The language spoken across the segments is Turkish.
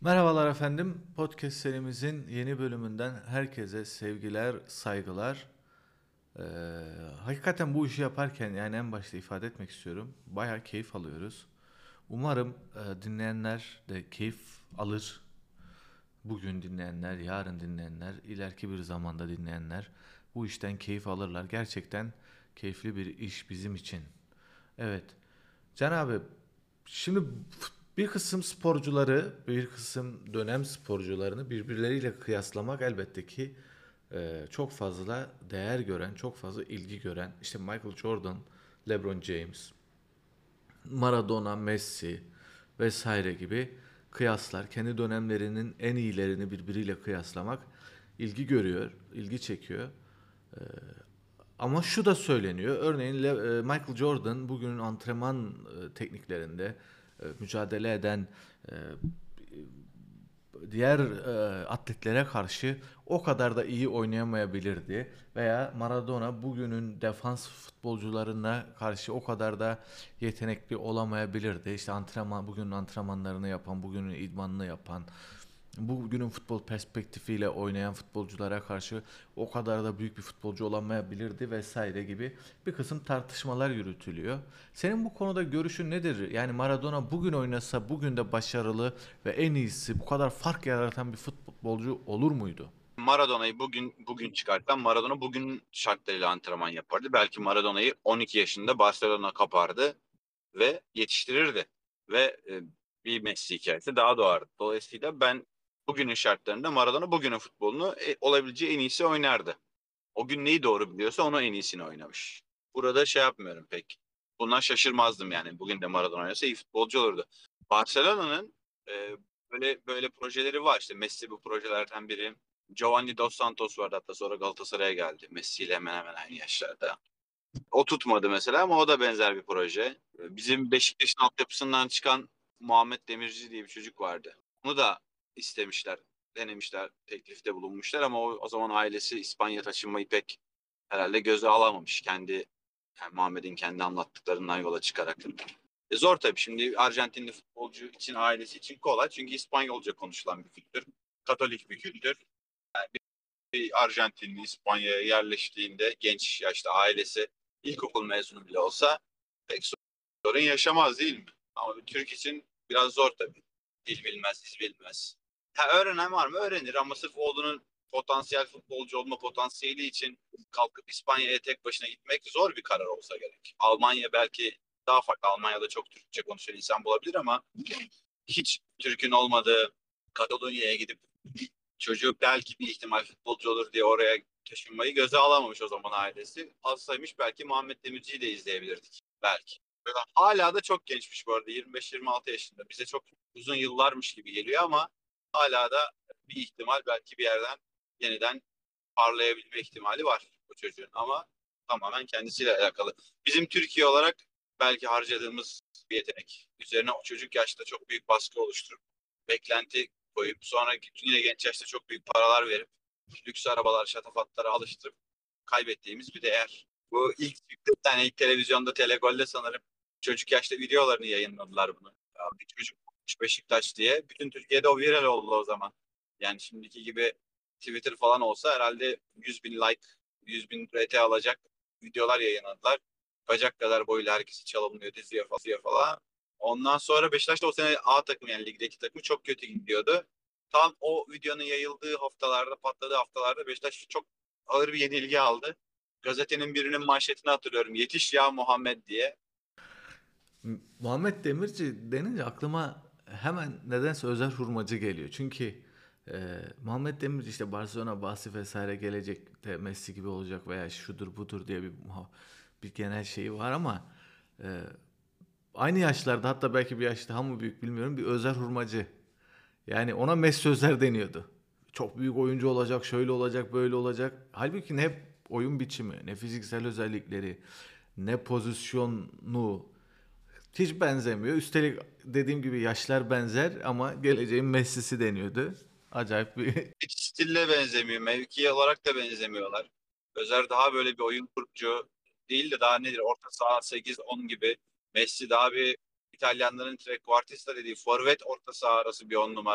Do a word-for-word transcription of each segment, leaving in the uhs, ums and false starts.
Merhabalar efendim. Podcast serimizin yeni bölümünden herkese sevgiler, saygılar. Ee, Hakikaten bu işi yaparken yani en başta ifade etmek istiyorum. Bayağı keyif alıyoruz. Umarım e, dinleyenler de keyif alır. Bugün dinleyenler, yarın dinleyenler, ileriki bir zamanda dinleyenler bu işten keyif alırlar. Gerçekten keyifli bir iş bizim için. Evet. Can abi, şimdi bir kısım sporcuları, bir kısım dönem sporcularını birbirleriyle kıyaslamak elbette ki e, çok fazla değer gören, çok fazla ilgi gören, işte Michael Jordan, LeBron James, Maradona, Messi vesaire gibi kıyaslar, kendi dönemlerinin en iyilerini birbiriyle kıyaslamak ilgi görüyor, ilgi çekiyor. Ama şu da söyleniyor. Örneğin Le- e, Michael Jordan bugünün antrenman e, tekniklerinde e, mücadele eden e, diğer e, atletlere karşı o kadar da iyi oynayamayabilirdi. Veya Maradona bugünün defans futbolcularına karşı o kadar da yetenekli olamayabilirdi. İşte antrenman, bugünün antrenmanlarını yapan, bugünün idmanını yapan, bugünün futbol perspektifiyle oynayan futbolculara karşı o kadar da büyük bir futbolcu olamayabilirdi vesaire gibi bir kısım tartışmalar yürütülüyor. Senin bu konuda görüşün nedir? Yani Maradona bugün oynasa bugün de başarılı ve en iyisi, bu kadar fark yaratan bir futbolcu olur muydu? Maradona'yı bugün bugün çıkarttan Maradona bugün şartlarıyla antrenman yapardı. Belki Maradona'yı on iki yaşında Barcelona kapardı ve yetiştirirdi. Ve e, bir Messi hikayesi daha doğardı. Dolayısıyla ben bugünün şartlarında Maradona bugünün futbolunu e, olabileceği en iyisi oynardı. O gün neyi doğru biliyorsa onu en iyisini oynamış. Burada şey yapmıyorum pek. Bundan şaşırmazdım yani. Bugün de Maradona oynasa iyi futbolcu olurdu. Barcelona'nın e, böyle böyle projeleri var. İşte Messi bu projelerden biri. Giovanni Dos Santos vardı, hatta sonra Galatasaray'a geldi. Messi ile hemen hemen aynı yaşlarda. O tutmadı mesela ama o da benzer bir proje. Bizim Beşiktaş'ın altyapısından çıkan Muhammed Demirci diye bir çocuk vardı. Onu da istemişler, denemişler, teklifte bulunmuşlar ama o, o zaman ailesi İspanya taşınmayı pek herhalde göze alamamış. Kendi yani Muhammed'in kendi anlattıklarından yola çıkarak. E zor tabii. Şimdi Arjantinli futbolcu için, ailesi için kolay. Çünkü İspanyolca konuşulan bir kültür. Katolik bir kültür. Bir Arjantinli İspanya'ya yerleştiğinde genç yaşta ailesi ilkokul mezunu bile olsa pek sorun yaşamaz değil mi? Ama bir Türk için biraz zor tabii. Dil bilmez, diz bilmez. Ha, öğrenen var mı? Öğrenir ama sırf oğlunun potansiyel futbolcu olma potansiyeli için kalkıp İspanya'ya tek başına gitmek zor bir karar olsa gerek. Almanya belki daha farklı. Almanya'da çok Türkçe konuşan insan bulabilir ama hiç Türk'ün olmadığı Katalonya'ya gidip çocuğu belki bir ihtimal futbolcu olur diye oraya taşınmayı göze alamamış o zaman ailesi. Alsaymış belki Muhammed Demirci'yi de izleyebilirdik. Belki. Böyle hala da çok gençmiş bu arada. yirmi beş yirmi altı yaşında. Bize çok uzun yıllarmış gibi geliyor ama hala da bir ihtimal belki bir yerden yeniden parlayabilme ihtimali var bu çocuğun. Ama tamamen kendisiyle alakalı. Bizim Türkiye olarak belki harcadığımız bir yetenek. Üzerine o çocuk yaşta çok büyük baskı oluşturup beklenti koyup sonra yine genç yaşta çok büyük paralar verip lüks arabalar, şatafatlara alıştırıp kaybettiğimiz bir değer. Bu ilk çıktığı tane ilk televizyonda Telegol'de sanırım çocuk yaşta videolarını yayınladılar bunu. Bir çocuk Beşiktaş diye. Bütün Türkiye'de o viral oldu o zaman. Yani şimdiki gibi Twitter falan olsa herhalde yüz bin like, yüz bin R T alacak videolar yayınladılar. Bacak kadar boyuyla herkesi çalımlıyor, diziyor falan. falan. Ondan sonra Beşiktaş'ta o sene A takımı, yani ligdeki takımı çok kötü gidiyordu. Tam o videonun yayıldığı haftalarda, patladığı haftalarda Beşiktaş çok ağır bir yenilgi aldı. Gazetenin birinin manşetini hatırlıyorum. Yetiş ya Muhammed diye. Muhammed Demirci denince aklıma hemen nedense Özer Hurmacı geliyor. Çünkü e, Muhammed Demirci işte Barcelona bahsi vesaire gelecekte Messi gibi olacak veya şudur budur diye bir bir genel şeyi var ama e, aynı yaşlarda, hatta belki bir yaş daha mı büyük bilmiyorum, bir Özer Hurmacı. Yani ona Messi Özer deniyordu. Çok büyük oyuncu olacak, şöyle olacak, böyle olacak. Halbuki ne oyun biçimi, ne fiziksel özellikleri, ne pozisyonu hiç benzemiyor. Üstelik dediğim gibi yaşlar benzer ama geleceğin Messi'si deniyordu. Acayip bir Hiç stille benzemiyor. Mevki olarak da benzemiyorlar. Özer daha böyle bir oyun kurucu değil de daha nedir? Orta saha sekiz on gibi. Messi daha bir İtalyanların trequartista dediği forvet orta saha arası bir on numara.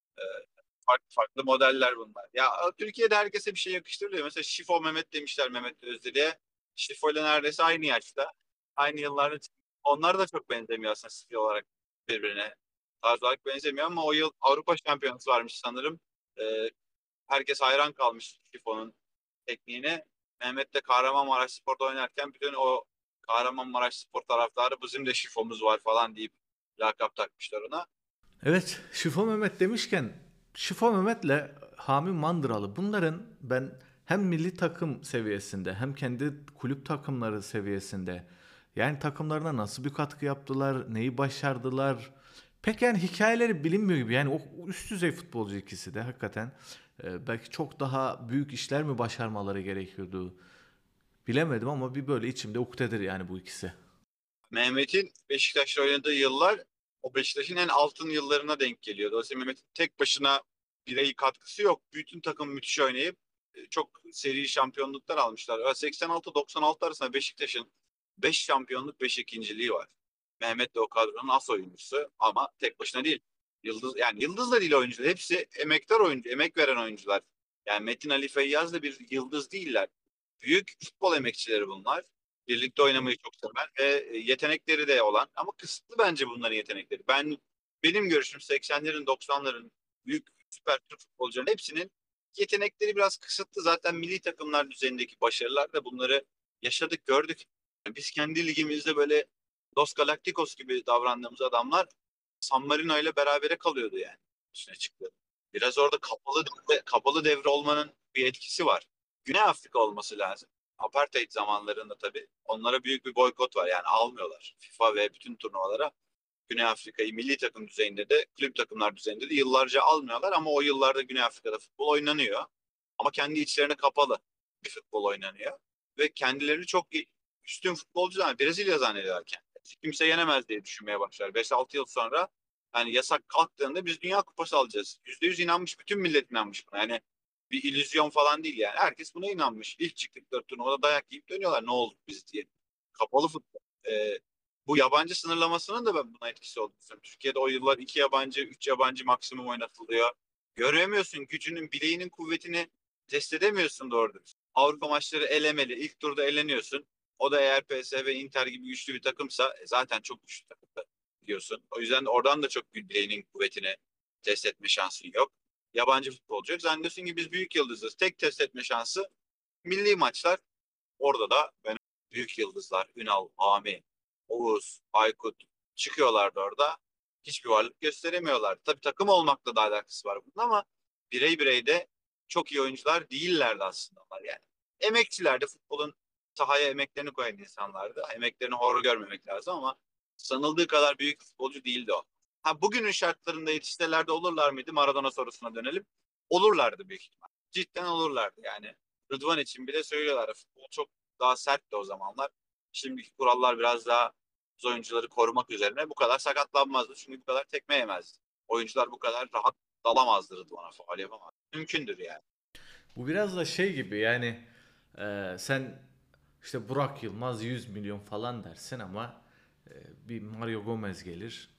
E, farklı farklı modeller bunlar. Ya Türkiye'de herkese bir şey yakıştırılıyor. Mesela Şifo Mehmet demişler Mehmet Özdil'e. Şifo ile neredeyse aynı yaşta. Aynı yıllarda. Onlar da çok benzemiyor aslında stil olarak birbirine. Tarz olarak benzemiyor ama o yıl Avrupa Şampiyonası varmış sanırım. E, herkes hayran kalmış Şifo'nun tekniğine. Mehmet de Kahramanmaraş Spor'da oynarken bütün o Kahramanmaraş Spor taraftarı bizim de Şifo'muz var falan deyip lakap takmışlar ona. Evet, Şifo Mehmet demişken Şifo Mehmet'le Hami Mandıralı bunların ben hem milli takım seviyesinde hem kendi kulüp takımları seviyesinde yani takımlarına nasıl bir katkı yaptılar, neyi başardılar pek yani hikayeleri bilinmiyor gibi. Yani o üst düzey futbolcu ikisi de hakikaten e, belki çok daha büyük işler mi başarmaları gerekiyordu bilemedim ama bir böyle içimde ukdedir yani bu ikisi. Mehmet'in Beşiktaş'ta oynadığı yıllar o Beşiktaş'ın en altın yıllarına denk geliyor. Dolayısıyla Mehmet'in tek başına birey katkısı yok. Bütün takım müthiş oynayıp e, çok seri şampiyonluklar almışlar. seksen altı doksan altı arasında Beşiktaş'ın beş şampiyonluk beş ikinciliği var. Mehmet de o kadronun as oyuncusu ama tek başına değil. Yıldız yani yıldız da değil oyuncular. Hepsi emektar oyuncu, emek veren oyuncular. Yani Metin Ali Feyyaz da bir yıldız değiller. Büyük futbol emekçileri bunlar. Birlikte oynamayı çok seven ve yetenekleri de olan ama kısıtlı bence bunların yetenekleri. Ben benim görüşüm seksenlerin doksanların büyük süper Türk futbolcuların hepsinin yetenekleri biraz kısıtlı. Zaten milli takımlar düzeyindeki başarılar da bunları yaşadık, gördük. Biz kendi ligimizde böyle Los Galacticos gibi davrandığımız adamlar San Marino ile berabere kalıyordu yani. Üstüne çıktı. Biraz orada kapalı kapalı devre olmanın bir etkisi var. Güney Afrika olması lazım. Apartheid zamanlarında tabii onlara büyük bir boykot var. Yani almıyorlar. FIFA ve bütün turnuvalara Güney Afrika'yı milli takım düzeyinde de kulüp takımlar düzeyinde de yıllarca almıyorlar ama o yıllarda Güney Afrika'da futbol oynanıyor. Ama kendi içlerine kapalı bir futbol oynanıyor. Ve kendilerini çok üstün futbolcu zannediyor. Brezilya zannediyorlar kendini. Kimse yenemez diye düşünmeye başlar. beş altı yıl sonra yani yasak kalktığında biz Dünya Kupası alacağız. yüzde yüz inanmış. Bütün millet inanmış buna. Yani bir illüzyon falan değil yani. Herkes buna inanmış. İlk çıktıkları turnuvada dayak yiyip dönüyorlar. Ne oldu biz diye. Kapalı futbol. Ee, bu yabancı sınırlamasının da ben buna etkisi olduğunu düşünüyorum. Türkiye'de o yıllar iki yabancı, üç yabancı maksimum oynatılıyor. Göremiyorsun gücünün, bileğinin kuvvetini test edemiyorsun doğru dürüst. Avrupa maçları elemeli. İlk turda eleniyorsun. O da eğer P S V, Inter gibi güçlü bir takımsa e, zaten çok güçlü takımda diyorsun. O yüzden oradan da çok bileğinin kuvvetini test etme şansın yok. Yabancı futbolcu yok. Zannediyorsun ki biz büyük yıldızız. Tek test etme şansı milli maçlar. Orada da ben büyük yıldızlar Ünal, Hami, Oğuz, Aykut çıkıyorlardı orada. Hiçbir varlık gösteremiyorlar. Tabii takım olmakla da alakası var bunun ama birey birey de çok iyi oyuncular değillerdi aslında onlar yani. Emekçilerdi futbolun sahaya emeklerini koyan insanlardı. Emeklerini hor görmemek lazım ama sanıldığı kadar büyük futbolcu değildi o. Ha, bugünün şartlarında yetişseler de olurlar mıydı? Maradona sorusuna dönelim. Olurlardı büyük ihtimal. Cidden olurlardı yani. Rıdvan için bile söylüyorlar. Futbol çok daha sertti o zamanlar. Şimdiki kurallar biraz daha oyuncuları korumak üzerine bu kadar sakatlanmazdı. Çünkü bu kadar tekme yemezdi. Oyuncular bu kadar rahat dalamazdı Rıdvan'a, faal yapamaz. Mümkündür yani. Bu biraz da şey gibi yani e, sen işte Burak Yılmaz yüz milyon falan dersin ama e, bir Mario Gomez gelir,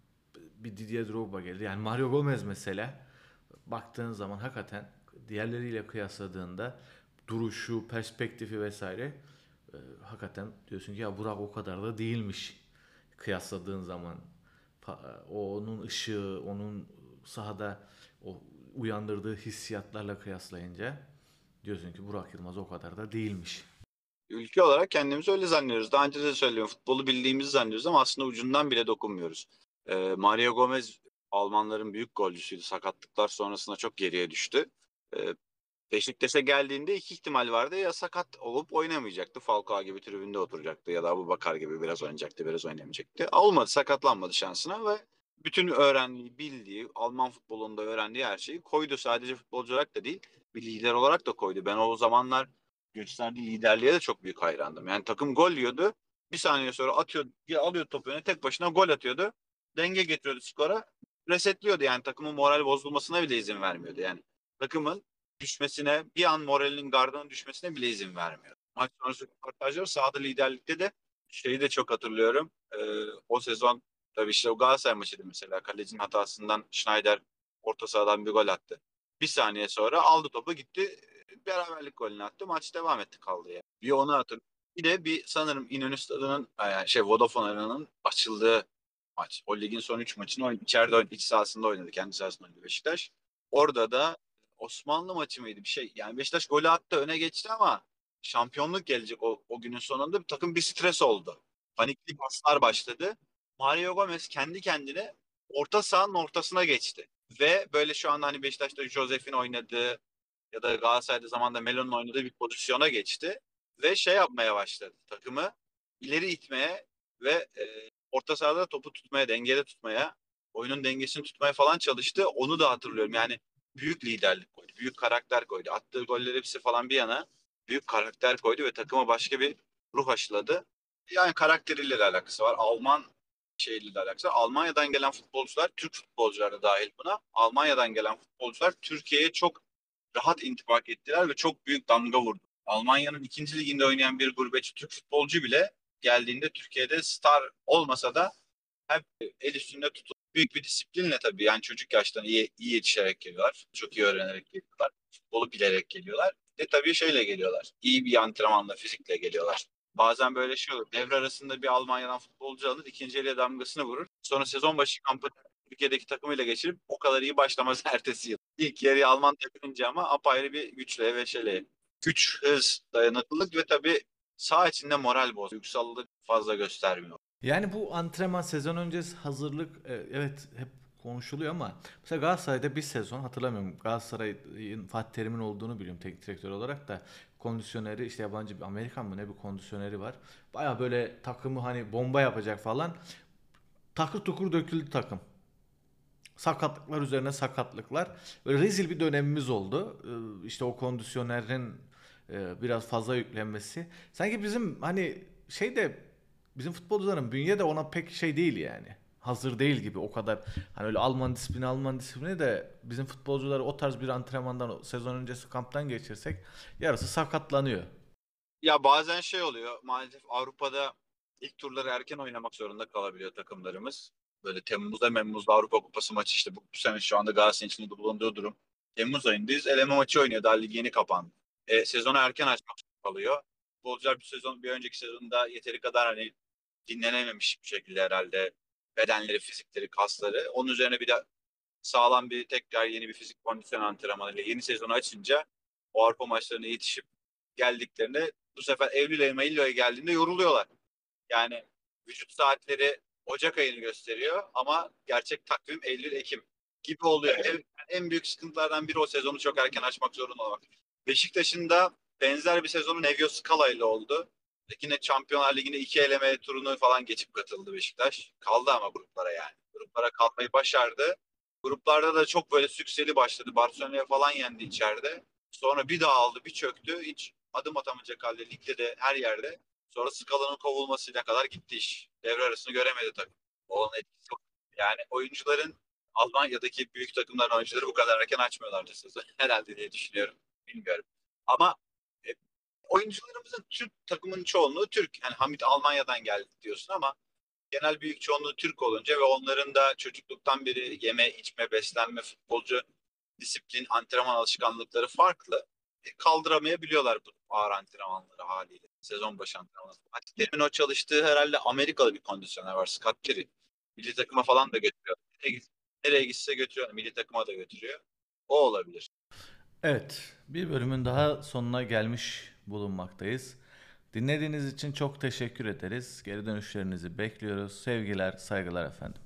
bir Didier Drogba gelir. Yani Mario Gomez mesela baktığın zaman hakikaten diğerleriyle kıyasladığında duruşu, perspektifi vesaire e, hakikaten diyorsun ki ya Burak o kadar da değilmiş kıyasladığın zaman. Pa- o onun ışığı, onun sahada o uyandırdığı hissiyatlarla kıyaslayınca diyorsun ki Burak Yılmaz o kadar da değilmiş. Ülke olarak kendimizi öyle zannediyoruz. Daha önce de söylüyorum. Futbolu bildiğimizi zannediyoruz ama aslında ucundan bile dokunmuyoruz. Ee, Mario Gomez Almanların büyük golcüsüydü. Sakatlıklar sonrasında çok geriye düştü. Ee, Beşiktaş'a geldiğinde iki ihtimal vardı. Ya sakat olup oynamayacaktı. Falcao gibi tribünde oturacaktı ya da Abubakar gibi biraz oynayacaktı, biraz oynamayacaktı. Olmadı, sakatlanmadı şansına ve bütün öğrendiği, bildiği, Alman futbolunda öğrendiği her şeyi koydu. Sadece futbolcu olarak da değil, bir lider olarak da koydu. Ben o zamanlar gösterdiği liderliğe de çok büyük hayrandım. Yani takım gol yiyordu. Bir saniye sonra atıyor, alıyor topu öne, tek başına gol atıyordu. Denge getiriyordu skora. Resetliyordu yani takımın moral bozulmasına bile izin vermiyordu. Yani takımın düşmesine, bir an moralinin gardının düşmesine bile izin vermiyor. Maç sonrası röportajları sahada liderlikte de şeyi de çok hatırlıyorum. Ee, o sezon tabii işte o Galatasaray maçıydı mesela. Kalecinin hatasından Schneider orta sahadan bir gol attı. Bir saniye sonra aldı topu gitti. Beraberlik golünü attı. Maç devam etti kaldı yani. Bir onu hatırlıyorum. Bir de bir sanırım İnönü Stadı'nın yani şey Vodafone Arena'nın açıldığı maç. O ligin son üç maçını oynadı. İçeride oynadı. İç sahasında oynadı. Kendi sahasında oynadı Beşiktaş. Orada da Osmanlı maçı mıydı bir şey. Yani Beşiktaş golü attı öne geçti ama şampiyonluk gelecek o, o günün sonunda bir takım bir stres oldu. Panikli paslar başladı. Mario Gomez kendi kendine orta sahanın ortasına geçti. Ve böyle şu anda hani Beşiktaş'ta Josef'in oynadığı ya da Galatasaray'da zamanında Melo'nun oynadığı bir pozisyona geçti. Ve şey yapmaya başladı. Takımı ileri itmeye ve e, orta sahada topu tutmaya, dengede tutmaya, oyunun dengesini tutmaya falan çalıştı. Onu da hatırlıyorum. Yani büyük liderlik koydu. Büyük karakter koydu. Attığı goller hepsi falan bir yana büyük karakter koydu ve takıma başka bir ruh aşıladı. Yani karakteriyle de alakası var. Alman şeyle de alakası var. Almanya'dan gelen futbolcular, Türk futbolcular da dahil buna. Almanya'dan gelen futbolcular Türkiye'ye çok rahat intibak ettiler ve çok büyük damga vurdu. Almanya'nın ikinci liginde oynayan bir gurbetçi Türk futbolcu bile geldiğinde Türkiye'de star olmasa da hep el üstünde tutulup büyük bir disiplinle tabii yani çocuk yaştan iyi, iyi yetişerek geliyorlar. Çok iyi öğrenerek geliyorlar. Futbolu bilerek geliyorlar. Ve tabii şeyle geliyorlar. İyi bir antrenmanla, fizikle geliyorlar. Bazen böyle şey olur. Devre arasında bir Almanya'dan futbolcu alır, ikinci ele damgasını vurur. Sonra sezon başı kampı Türkiye'deki takımıyla geçirip o kadar iyi başlamaz ertesi yıl. İlk yarıyı Alman takımınca ama apayrı bir güçle ve şeyle. Güç, hız, dayanıklılık ve tabii saha içinde moral boz. Duygusallık fazla göstermiyor. Yani bu antrenman sezon öncesi hazırlık e, evet hep konuşuluyor ama mesela Galatasaray'da bir sezon hatırlamıyorum. Galatasaray'ın Fatih Terim'in olduğunu biliyorum teknik direktör olarak da kondisyoneri işte yabancı bir Amerikan mı ne bir kondisyoneri var. Baya böyle takımı hani bomba yapacak falan. Takır tukur döküldü takım. Sakatlıklar üzerine sakatlıklar. Böyle rezil bir dönemimiz oldu. Ee, İşte o kondisyonerin e, biraz fazla yüklenmesi. Sanki bizim hani şey de bizim futbolcuların bünye de ona pek şey değil yani. Hazır değil gibi o kadar. Hani öyle Alman disiplini Alman disiplini de bizim futbolcuları o tarz bir antrenmandan sezon öncesi kamptan geçirsek yarısı sakatlanıyor. Ya bazen şey oluyor. Maalesef Avrupa'da ilk turları erken oynamak zorunda kalabiliyor takımlarımız. Böyle Temmuz'da Memmuz'da Avrupa Kupası maçı işte bu, bu sene şu anda Galatasaray'ın içinde bulunduğu durum. Temmuz ayındayız. Eleme maçı oynuyor. Daha ligi yeni kapandı. E, sezonu erken açmak kalıyor. Futbolcular bir sezon bir önceki sezonda yeteri kadar hani dinlenememiş bir şekilde herhalde bedenleri, fizikleri, kasları. Onun üzerine bir de sağlam bir tekrar yeni bir fizik kondisyon antrenmanıyla yeni sezonu açınca o Avrupa maçlarına yetişip geldiklerinde bu sefer Eylül ayı Eylül ayı geldiğinde yoruluyorlar. Yani vücut saatleri Ocak ayını gösteriyor ama gerçek takvim Eylül-Ekim gibi oluyor. En, en büyük sıkıntılardan biri o sezonu çok erken açmak zorunda olmak. Beşiktaş'ın da benzer bir sezonu Nevio Scala ile oldu. Yine Şampiyonlar Ligi'nde iki eleme turunu falan geçip katıldı Beşiktaş. Kaldı ama gruplara yani. Gruplara kalmayı başardı. Gruplarda da çok böyle sükseli başladı. Barcelona'ya falan yendi içeride. Sonra bir daha aldı, bir çöktü. Hiç adım atamayacak halde ligde de her yerde. Sonra Scala'nın kovulmasıyla kadar gitti iş. Devre arasını göremedi takım. Onun etkisi yok. Yani oyuncuların Almanya'daki büyük takımların oyuncuları bu kadar erken açmıyorlardı sezon. Herhalde diye düşünüyorum. Bilmiyorum. Ama e, oyuncularımızın Türk takımın çoğunluğu Türk. Yani Hamit Almanya'dan geldi diyorsun ama genel büyük çoğunluğu Türk olunca ve onların da çocukluktan beri yeme, içme, beslenme, futbolcu disiplin, antrenman alışkanlıkları farklı. E, kaldıramayabiliyorlar bu ağır antrenmanları haliyle. Sezon başı antrenmanları. Fatih Terim'in o çalıştığı herhalde Amerikalı bir kondisyoner var. Scott Perry. Milli takıma falan da götürüyor. Nereye, gitse, nereye gitse götürüyor. Milli takıma da götürüyor. O olabilir. Evet, bir bölümün daha sonuna gelmiş bulunmaktayız. Dinlediğiniz için çok teşekkür ederiz. Geri dönüşlerinizi bekliyoruz. Sevgiler, saygılar efendim.